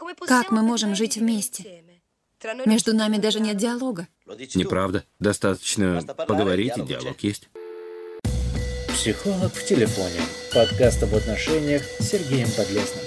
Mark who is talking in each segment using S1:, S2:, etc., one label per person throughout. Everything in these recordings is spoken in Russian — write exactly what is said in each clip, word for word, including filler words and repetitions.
S1: Как мы можем жить вместе? Между нами даже нет диалога.
S2: Неправда. Достаточно поговорить, и диалог есть.
S3: Психолог в телефоне. Подкаст об отношениях с Сергеем Подлесным.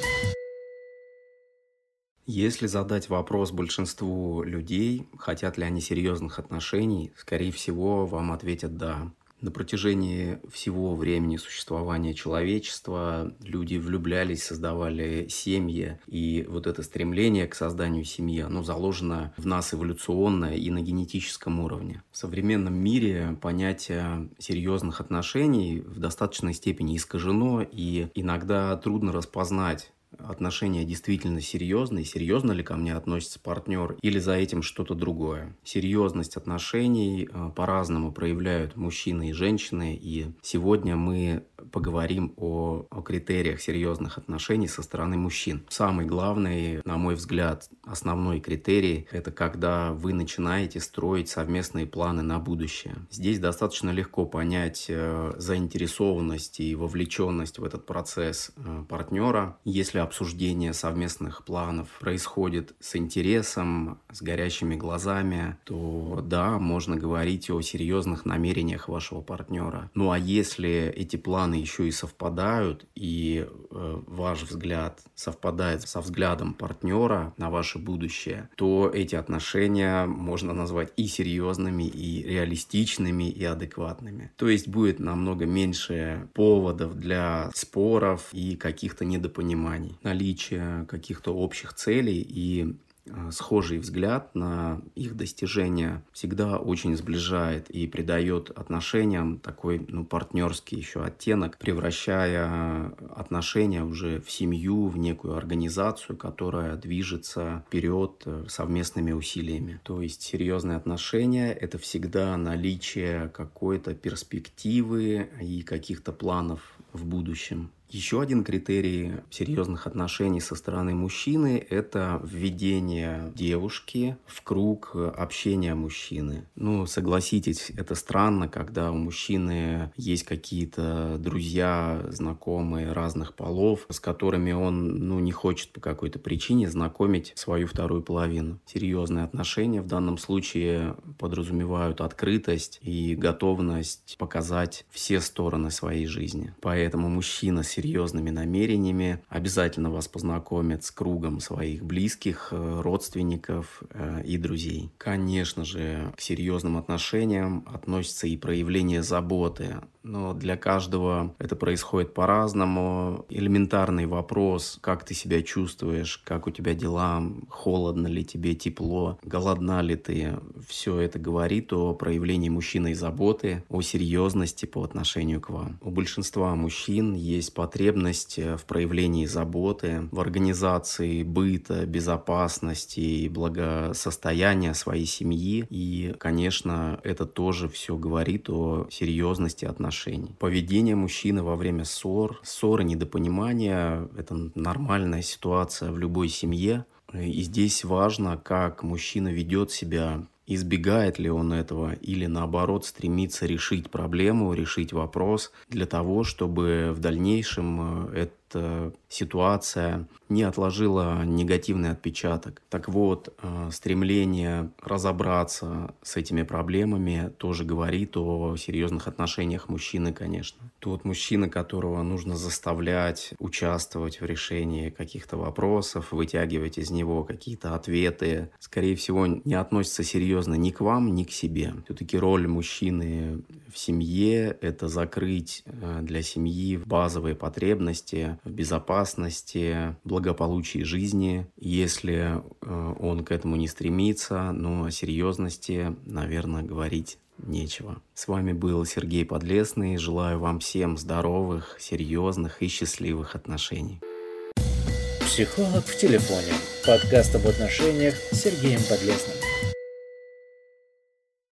S4: Если задать вопрос большинству людей, хотят ли они серьезных отношений, скорее всего, вам ответят «да». На протяжении всего времени существования человечества люди влюблялись, создавали семьи, и вот это стремление к созданию семьи, оно заложено в нас эволюционно и на генетическом уровне. В современном мире понятие серьезных отношений в достаточной степени искажено, и иногда трудно распознать, отношения действительно серьезные, серьезно ли ко мне относится партнер или за этим что-то другое. Серьезность отношений по-разному проявляют мужчины и женщины, и сегодня мы поговорим о, о критериях серьезных отношений со стороны мужчин. Самый главный, на мой взгляд, основной критерий – это когда вы начинаете строить совместные планы на будущее. Здесь достаточно легко понять заинтересованность и вовлеченность в этот процесс партнера, если обсуждение совместных планов происходит с интересом, с горящими глазами, то да, можно говорить о серьезных намерениях вашего партнера. Ну а если эти планы еще и совпадают, и э, ваш взгляд совпадает со взглядом партнера на ваше будущее, то эти отношения можно назвать и серьезными, и реалистичными, и адекватными. То есть будет намного меньше поводов для споров и каких-то недопониманий. Наличие каких-то общих целей и схожий взгляд на их достижения всегда очень сближает и придает отношениям такой, ну, партнерский еще оттенок, превращая отношения уже в семью, в некую организацию, которая движется вперед совместными усилиями. То есть серьезные отношения – это всегда наличие какой-то перспективы и каких-то планов в будущем. Еще один критерий серьезных отношений со стороны мужчины – это введение девушки в круг общения мужчины. Ну, согласитесь, это странно, когда у мужчины есть какие-то друзья, знакомые разных полов, с которыми он, ну, не хочет по какой-то причине знакомить свою вторую половину. Серьезные отношения в данном случае подразумевают открытость и готовность показать все стороны своей жизни. Поэтому мужчина с серьезными намерениями обязательно вас познакомит с кругом своих близких, родственников и друзей. Конечно же, к серьезным отношениям относится и проявление заботы, но для каждого это происходит по-разному. Элементарный вопрос: как ты себя чувствуешь, как у тебя дела, холодно ли тебе, тепло, голодна ли ты, все это говорит о проявлении мужчиной заботы, о серьезности по отношению к вам. У большинства мужчин есть потребность в проявлении заботы, в организации быта, безопасности и благосостояния своей семьи. И, конечно, это тоже все говорит о серьезности отношений. Поведение мужчины во время ссор, ссоры, недопонимания – это нормальная ситуация в любой семье. И здесь важно, как мужчина ведет себя. Избегает ли он этого или, наоборот, стремится решить проблему, решить вопрос для того, чтобы в дальнейшем эта ситуация не отложила негативный отпечаток. Так вот, стремление разобраться с этими проблемами тоже говорит о серьезных отношениях мужчины, конечно. Тот мужчина, которого нужно заставлять участвовать в решении каких-то вопросов, вытягивать из него какие-то ответы, скорее всего, не относится серьезно ни к вам, ни к себе. Все-таки роль мужчины в семье – это закрыть для семьи базовые потребности в безопасности, благополучии жизни. Если он к этому не стремится, но о серьезности, наверное, говорить нечего. С вами был Сергей Подлесный. Желаю вам всем здоровых, серьезных и счастливых отношений.
S3: Психолог в телефоне. Подкаст об отношениях с Сергеем Подлесным.